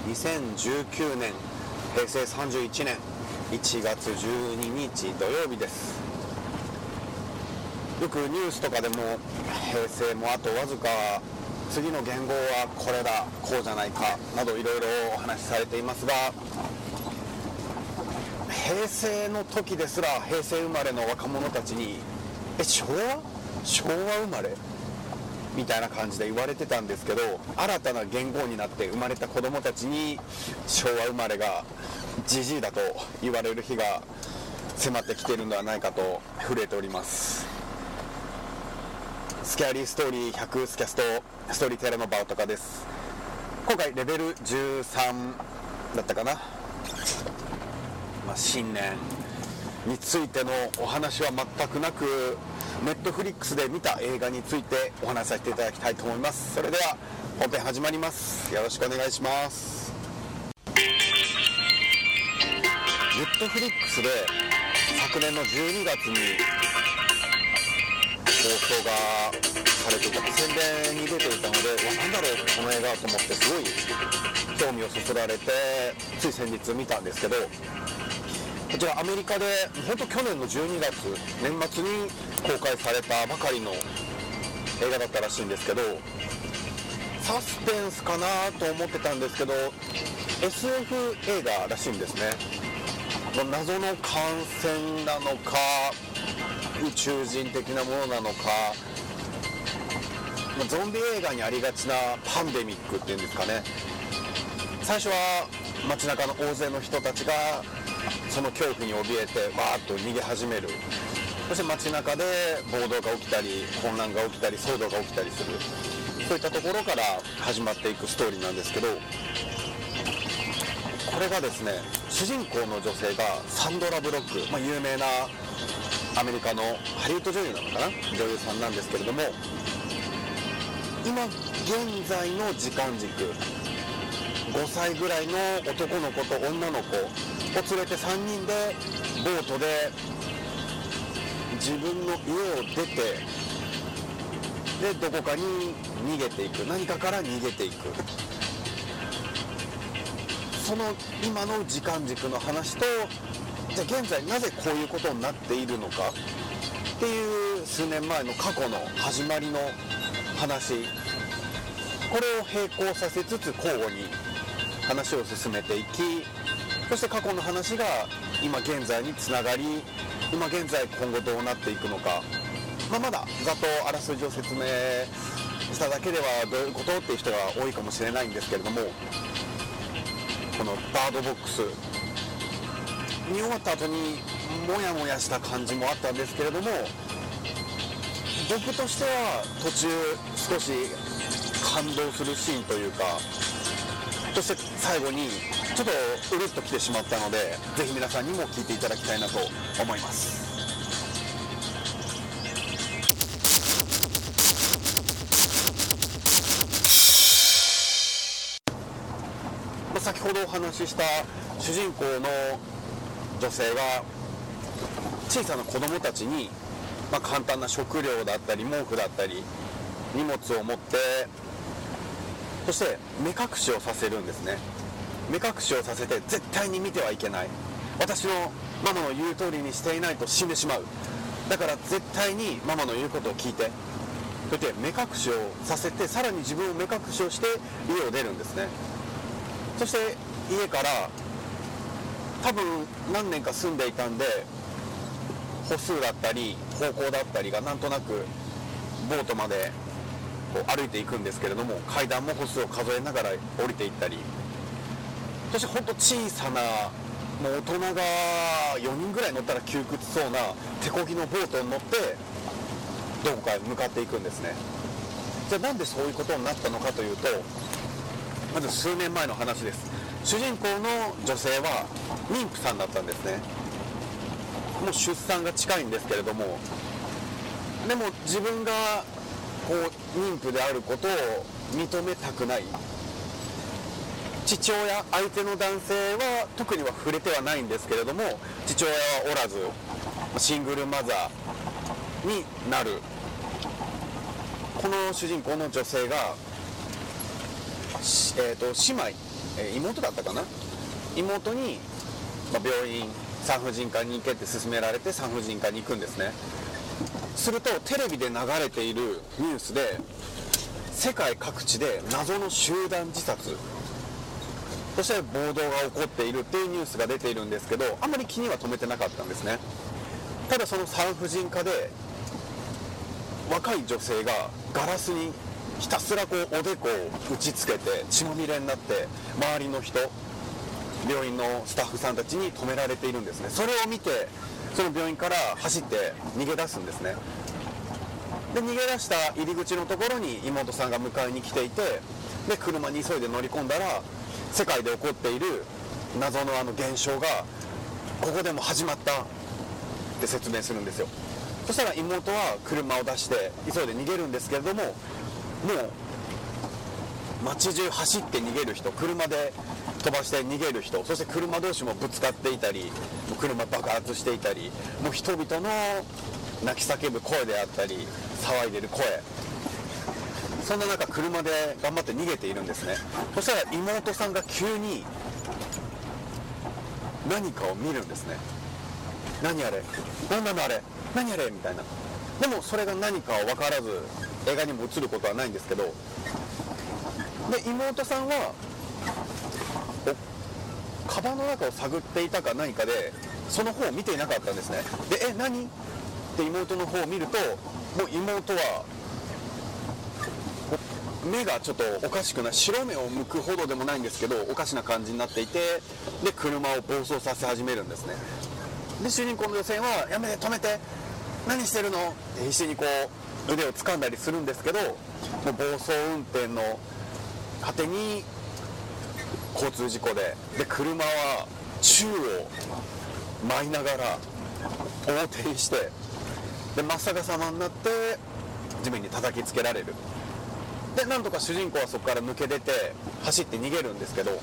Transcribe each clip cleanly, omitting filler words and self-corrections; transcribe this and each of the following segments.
2019年平成31年1月12日土曜日です。よくニュースとかでも平成もあとわずか、次の元号はこれだ、こうじゃないかなどいろいろお話しされていますが、平成の時ですら平成生まれの若者たちに昭和生まれみたいな感じで言われてたんですけど、新たな元号になって生まれた子供たちに昭和生まれがジジイだと言われる日が迫ってきているのではないかと震えております。スキャリーストーリー100スキャストストーリーテラーのバオトカです。今回レベル13だったかな、新年についてのお話は全くなく、ネットフリックスで見た映画についてお話しさせていただきたいと思います。それでは本編始まります。よろしくお願いします。ネットフリックスで昨年の12月に放送がされていた、宣伝に出ていたので、なんだろうこの映画と思ってすごい興味をそそられて、つい先日見たんですけど、こちらアメリカで本当去年の12月年末に公開されたばかりの映画だったらしいんですけど、サスペンスかなと思ってたんですけど SF 映画らしいんですね。謎の感染なのか宇宙人的なものなのか、ゾンビ映画にありがちなパンデミックっていうんですかね。最初は街中の大勢の人たちがその恐怖に怯えてわーっと逃げ始める。そして街中で暴動が起きたり混乱が起きたり騒動が起きたりする、そういったところから始まっていくストーリーなんですけど、これがですね、主人公の女性がサンドラ・ブロック、有名なアメリカのハリウッド女優なのかな、女優さんなんですけれども、今現在の時間軸、5歳ぐらいの男の子と女の子を連れて3人でボートで自分の家を出て、でどこかに逃げていく、何かから逃げていく、その今の時間軸の話と、じゃあ現在なぜこういうことになっているのかっていう数年前の過去の始まりの話、これを並行させつつ交互に話を進めていき、そして過去の話が今現在につながり、今現在今後どうなっていくのか、まだざっとあらすじを説明しただけではどういうことっていう人が多いかもしれないんですけれども、このバードボックス見終わった後にモヤモヤした感じもあったんですけれども、僕としては途中少し感動するシーンというか、そして最後にちょっとうるっときてしまったので、ぜひ皆さんにも聞いていただきたいなと思います。先ほどお話しした主人公の女性が小さな子供たちに、簡単な食料だったり毛布だったり荷物を持って、そして目隠しをさせるんですね。目隠しをさせて、絶対に見てはいけない、私のママの言う通りにしていないと死んでしまう、だから絶対にママの言うことを聞いて、そして目隠しをさせて、さらに自分を目隠しをして家を出るんですね。そして家から多分何年か住んでいたんで、歩数だったり方向だったりがなんとなくボートまでこう歩いていくんですけれども、階段も歩数を数えながら降りていったり、そしてほんと小さな、もう大人が4人ぐらい乗ったら窮屈そうな手漕ぎのボートに乗ってどこかへ向かっていくんですね。じゃあなんでそういうことになったのかというと、まず数年前の話です。主人公の女性は妊婦さんだったんですね。もう出産が近いんですけれども、でも自分がこう妊婦であることを認めたくない。父親、相手の男性は特には触れてはないんですけれども、父親はおらずシングルマザーになるこの主人公の女性が、姉妹妹だったかな、妹に、病院産婦人科に行けって勧められて産婦人科に行くんですね。するとテレビで流れているニュースで世界各地で謎の集団自殺、そして暴動が起こっているっていうニュースが出ているんですけど、あんまり気には留めてなかったんですね。ただその産婦人科で若い女性がガラスにひたすらこうおでこを打ちつけて血まみれになって、周りの人、病院のスタッフさんたちに止められているんですね。それを見てその病院から走って逃げ出すんですね。で逃げ出した入り口のところに妹さんが迎えに来ていて、で車に急いで乗り込んだら、世界で起こっている謎の現象がここでも始まったって説明するんですよ。そしたら妹は車を出して急いで逃げるんですけれども、もう街中走って逃げる人、車で飛ばして逃げる人、そして車同士もぶつかっていたり、もう車爆発していたり、もう人々の泣き叫ぶ声であったり騒いでる声、そんな中車で頑張って逃げているんですね。そしたら妹さんが急に何かを見るんですね。何あれ、何なのあれ、何あれみたいな。でもそれが何かは分からず映画にも映ることはないんですけど、で妹さんはカバンの中を探っていたか何かでその方を見ていなかったんですね。で何って妹の方を見ると、もう妹は目がちょっとおかしくない、白目を向くほどでもないんですけどおかしな感じになっていて、で車を暴走させ始めるんですね。で主人公の女性はやめて、止めて、何してるのって必死にこう腕を掴んだりするんですけど、もう暴走運転の果てに交通事故で、車は宙を舞いながら横転して、で真っ逆さまになって地面に叩きつけられる。でなんとか主人公はそこから抜け出て走って逃げるんですけど、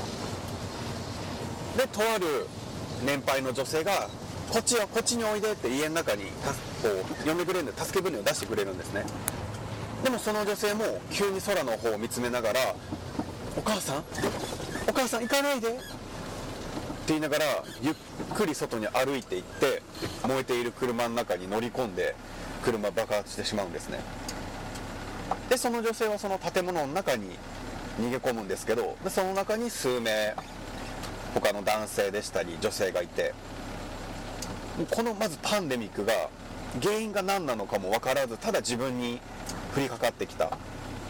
でとある年配の女性がこっちよ、こっちにおいでって家の中にこう呼んでくれるんで、助け舟を出してくれるんですね。でもその女性も急に空の方を見つめながら、お母さん行かないでって言いながらゆっくり外に歩いていって、燃えている車の中に乗り込んで車爆発してしまうんですね。でその女性はその建物の中に逃げ込むんですけど、でその中に数名他の男性でしたり女性がいて、このまずパンデミックが原因が何なのかも分からず、ただ自分に降りかかってきた。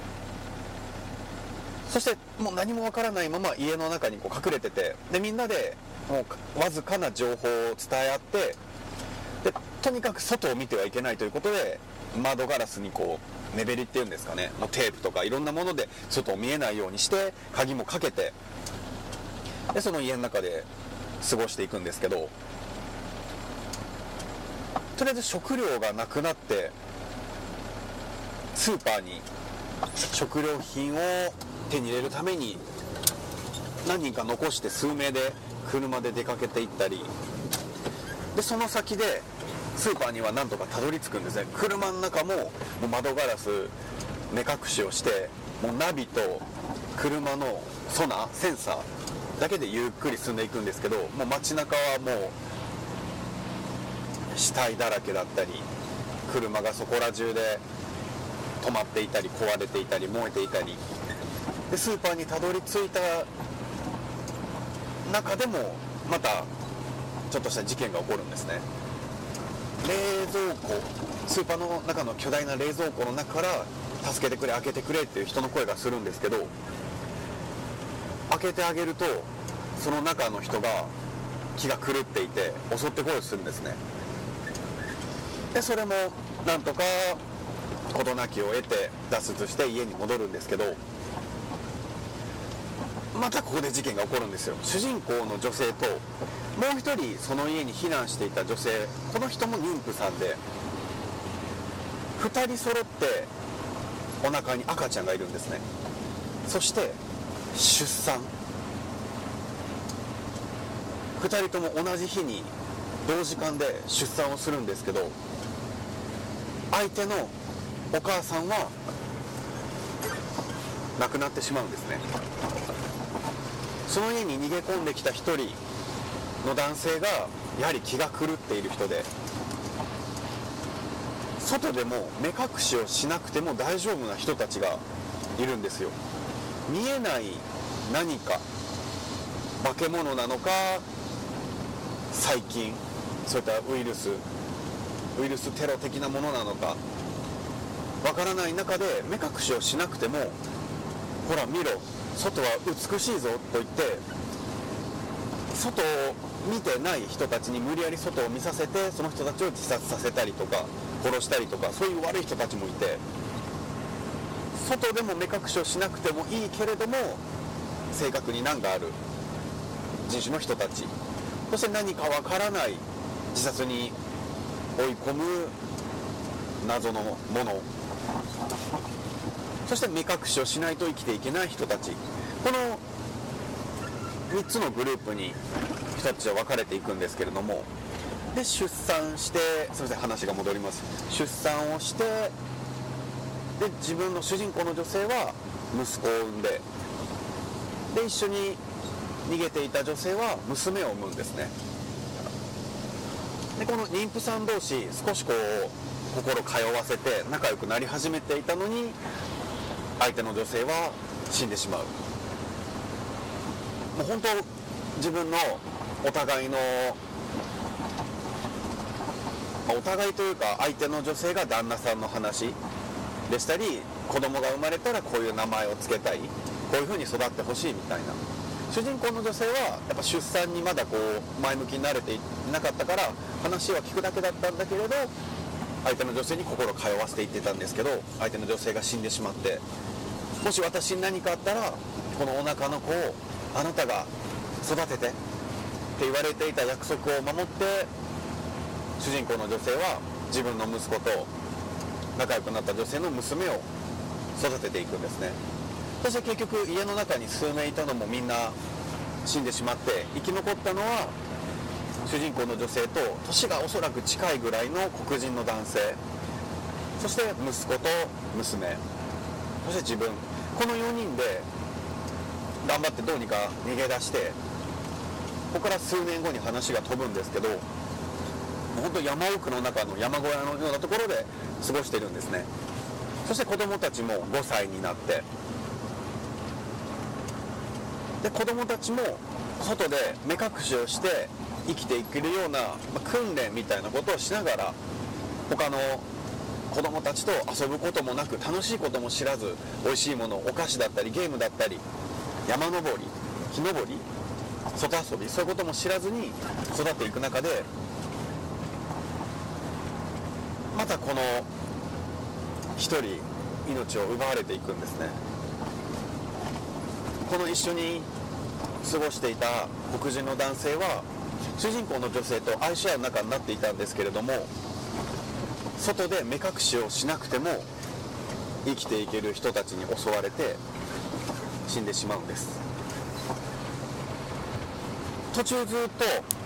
そしてもう何も分からないまま家の中にこう隠れてて、でみんなでもうわずかな情報を伝え合って、でとにかく外を見てはいけないということで、窓ガラスにこう目減りっていうんですかね、もうテープとかいろんなもので外を見えないようにして鍵もかけて、でその家の中で過ごしていくんですけど、とりあえず食料がなくなって、スーパーに食料品を手に入れるために何人か残して数名で車で出かけていったり、でその先でスーパーには何とかたどり着くんですね。車の中ももう窓ガラス目隠しをして、もうナビと車のソナーセンサーだけでゆっくり進んでいくんですけど、もう街中はもう死体だらけだったり、車がそこら中で止まっていたり壊れていたり燃えていたりで、スーパーにたどり着いた中でもまたちょっとした事件が起こるんですね。冷蔵庫、スーパーの中の巨大な冷蔵庫の中から助けてくれ開けてくれっていう人の声がするんですけど、開けてあげるとその中の人が気が狂っていて襲ってこようとするんですね。でそれもなんとか事なきを得て脱出して家に戻るんですけど、またここで事件が起こるんですよ。主人公の女性ともう一人その家に避難していた女性、この人も妊婦さんで、2人揃ってお腹に赤ちゃんがいるんですね。そして出産、2人とも同じ日に同時間で出産をするんですけど、相手のお母さんは亡くなってしまうんですね。 その家に逃げ込んできた一人の男性がやはり気が狂っている人で、外でも目隠しをしなくても大丈夫な人たちがいるんですよ。見えない何か、化け物なのか細菌、そういったウイルステロ的なものなのかわからない中で、目隠しをしなくてもほら見ろ外は美しいぞと言って、外を見てない人たちに無理やり外を見させて、その人たちを自殺させたりとか殺したりとか、そういう悪い人たちもいて、外でも目隠しをしなくてもいいけれども性格に難がある人種の人たち、そして何かわからない自殺に追い込む謎のもの、そして目隠しをしないと生きていけない人たち、この3つのグループに人たちは分かれていくんですけれども、で出産して、すみません話が戻ります。出産をして、で自分の主人公の女性は息子を産んで、で一緒に逃げていた女性は娘を産むんですね。でこの妊婦さん同士少しこう心通わせて仲良くなり始めていたのに、相手の女性は死んでしまう。もう本当自分のお互いの、お互いというか相手の女性が旦那さんの話でしたり、子供が生まれたらこういう名前を付けたい、こういう風に育ってほしいみたいな。主人公の女性はやっぱ出産にまだこう前向きになれていなかったから話は聞くだけだったんだけれど、相手の女性に心を通わせていってたんですけど、相手の女性が死んでしまって、もし私に何かあったらこのお腹の子をあなたが育ててって言われていた約束を守って、主人公の女性は自分の息子と仲良くなった女性の娘を育てていくんですね。そして結局家の中に数名いたのもみんな死んでしまって、生き残ったのは主人公の女性と年がおそらく近いぐらいの黒人の男性、そして息子と娘、そして自分、この4人で頑張ってどうにか逃げ出して、ここから数年後に話が飛ぶんですけど、本当山奥の中の山小屋のようなところで過ごしてるんですね。そして子供たちも5歳になって、で子供たちも外で目隠しをして生きていけるような、訓練みたいなことをしながら、他の子供たちと遊ぶこともなく、楽しいことも知らず、美味しいもの、お菓子だったりゲームだったり山登り、木登り、外遊び、そういうことも知らずに育っていく中で、またこの一人命を奪われていくんですね。この一緒に過ごしていた黒人の男性は主人公の女性と愛し合う仲になっていたんですけれども、外で目隠しをしなくても生きていける人たちに襲われて死んでしまうんです。途中ずっと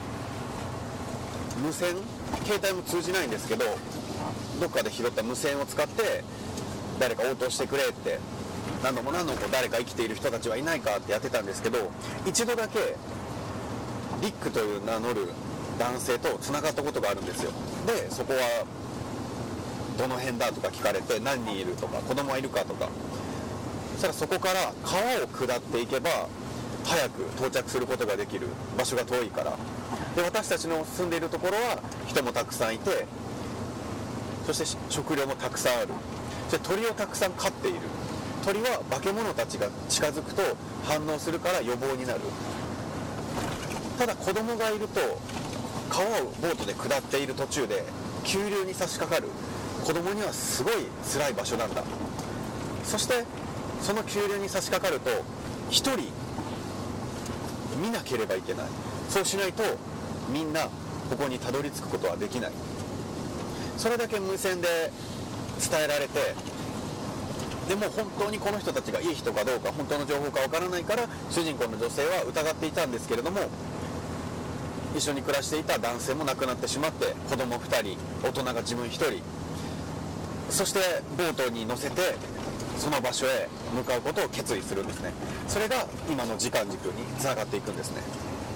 無線、携帯も通じないんですけど、どっかで拾った無線を使って誰か応答してくれって何度も誰か生きている人たちはいないかってやってたんですけど、一度だけリックという名乗る男性とつながったことがあるんですよ。でそこはどの辺だとか聞かれて、何人いるとか子供はいるかとか、そしたらそこから川を下っていけば早く到着することができる、場所が遠いから。で私たちの住んでいるところは人もたくさんいて、そして食料もたくさんある、そして鳥をたくさん飼っている。鳥は化け物たちが近づくと反応するから予防になる。ただ子供がいると川をボートで下っている途中で急流に差し掛かる。子供にはすごい辛い場所なんだ。そしてその急流に差し掛かると一人見なければいけない。そうしないとみんなここにたどり着くことはできない。それだけ無線で伝えられて、でも本当にこの人たちがいい人かどうか、本当の情報かわからないから主人公の女性は疑っていたんですけれども、一緒に暮らしていた男性も亡くなってしまって、子供2人、大人が自分1人、そしてボートに乗せてその場所へ向かうことを決意するんですね。それが今の時間軸につながっていくんですね。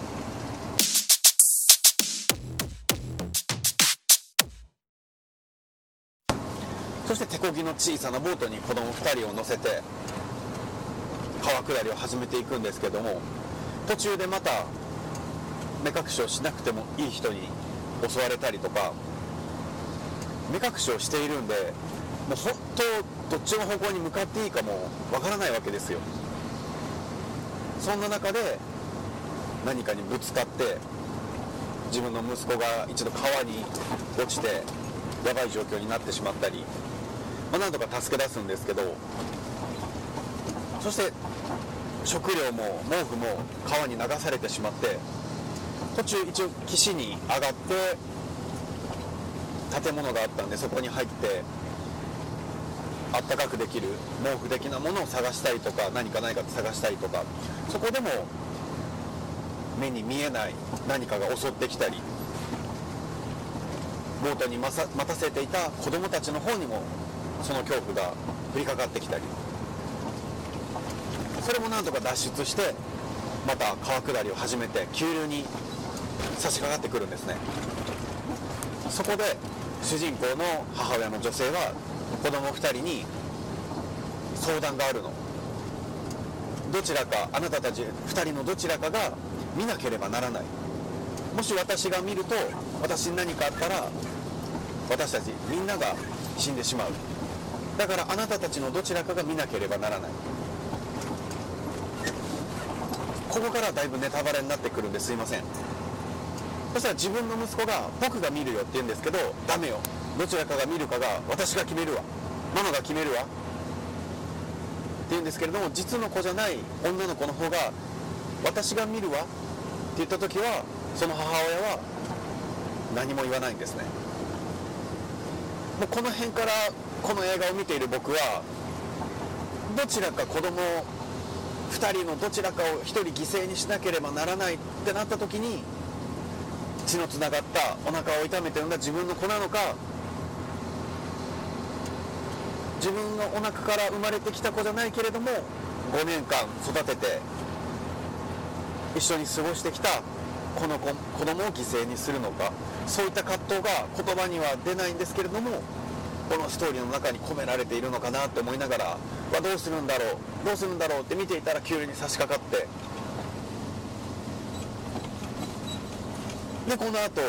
そして手漕ぎの小さなボートに子供2人を乗せて川下りを始めていくんですけども、途中でまた目隠しをしなくてもいい人に襲われたりとか、目隠しをしているんでもう本当どっちの方向に向かっていいかもわからないわけですよ。そんな中で何かにぶつかって自分の息子が一度川に落ちてやばい状況になってしまったり、なんとか助け出すんですけど、そして食料も毛布も川に流されてしまって、途中一応岸に上がって建物があったんでそこに入ってあったかくできる毛布的なものを探したりとか、何かないか探したりとか、そこでも目に見えない何かが襲ってきたり、ボートに待たせていた子供たちの方にもその恐怖が降りかかってきたり、それもなんとか脱出してまた川下りを始めて急流に差し掛かってくるんですね。そこで主人公の母親の女性は子供2人に相談があるの。どちらか、あなたたち2人のどちらかが見なければならない。もし私が見ると、私に何かあったら私たちみんなが死んでしまう。だからあなたたちのどちらかが見なければならない。ここからだいぶネタバレになってくるんですいません。そしたら自分の息子が僕が見るよって言うんですけど、ダメよ、どちらかが見るかが私が決めるわ、ママが決めるわって言うんですけれども、実の子じゃない女の子の方が私が見るわって言った時は、その母親は何も言わないんですね。もうこの辺からこの映画を見ている僕は、どちらか子供2人のどちらかを1人犠牲にしなければならないってなった時に、血のつながったお腹を痛めてるのが自分の子なのか、自分のお腹から生まれてきた子じゃないけれども5年間育てて一緒に過ごしてきたこの子供を犠牲にするのか、そういった葛藤が言葉には出ないんですけれども、このストーリーの中に込められているのかなって思いながら、どうするんだろうどうするんだろうって見ていたら急に差し掛かって、でこの後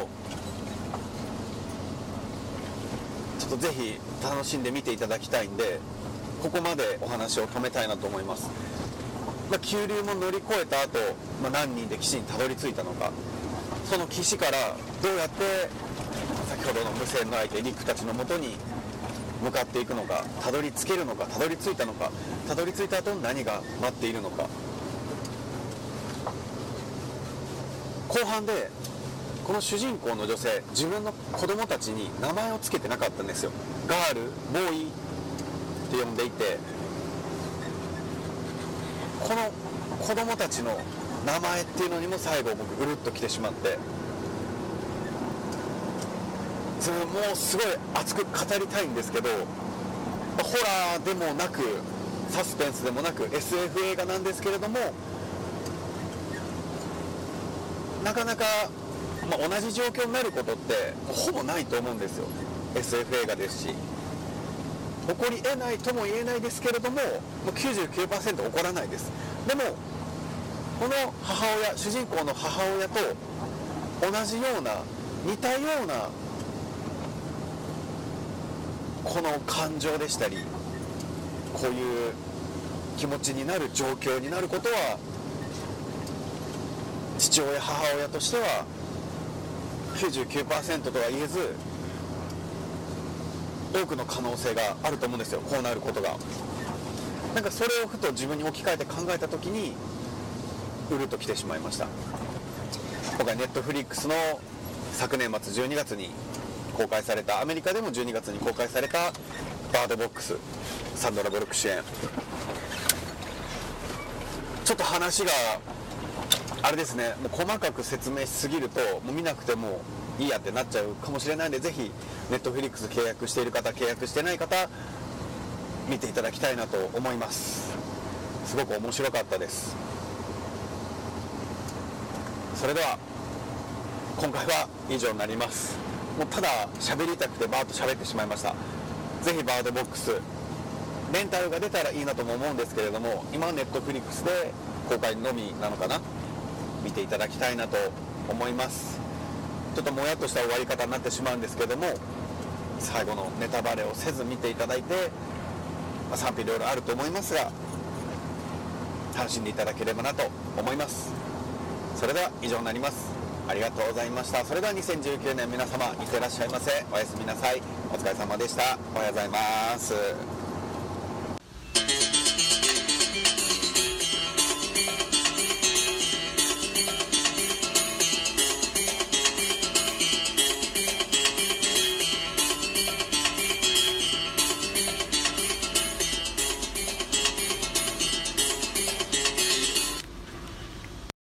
ちょっとぜひ楽しんで見ていただきたいんで、ここまでお話を止めたいなと思います。急流も乗り越えた後、何人で岸にたどり着いたのか、その岸からどうやって先ほどの無線の相手リックたちのもとに向かっていくのか、たどり着けるのか、たどり着いたのか、たどり着いた後何が待っているのか。後半でこの主人公の女性、自分の子供たちに名前を付けてなかったんですよ。ガール、ボーイって呼んでいて、この子供たちの名前っていうのにも最後僕ぐるっと来てしまって、もうすごい熱く語りたいんですけど、ホラーでもなくサスペンスでもなく SF 映画なんですけれども、なかなか、同じ状況になることってほぼないと思うんですよ。 SF 映画ですし、起こり得ないとも言えないですけれども、もう 99% 起こらないです。でもこの母親、主人公の母親と同じような似たようなこの感情でしたり、こういう気持ちになる状況になることは、父親母親としては 99% とは言えず、多くの可能性があると思うんですよ、こうなることが。なんかそれをふと自分に置き換えて考えた時にうるっと来てしまいました。今回ネットフリックスの昨年末12月に公開された、アメリカでも12月に公開されたバードボックス、サンドラ・ブロック主演。ちょっと話があれですね、もう細かく説明しすぎるともう見なくてもいいやってなっちゃうかもしれないので、ぜひネットフリックス契約している方、契約してない方、 見ていただきたいなと思います。すごく面白かったです。それでは今回は以上になります。もうただ喋りたくてバーッと喋ってしまいました。ぜひバードボックスレンタルが出たらいいなとも思うんですけれども、今はネットフリックスで公開のみなのかな、見ていただきたいなと思います。ちょっともやっとした終わり方になってしまうんですけれども、最後のネタバレをせず見ていただいて、賛否両論あると思いますが楽しんでいただければなと思います。それでは以上になります。ありがとうございました。それでは2019年皆様いってらっしゃいませ。おやすみなさい。お疲れ様でした。おはようございます。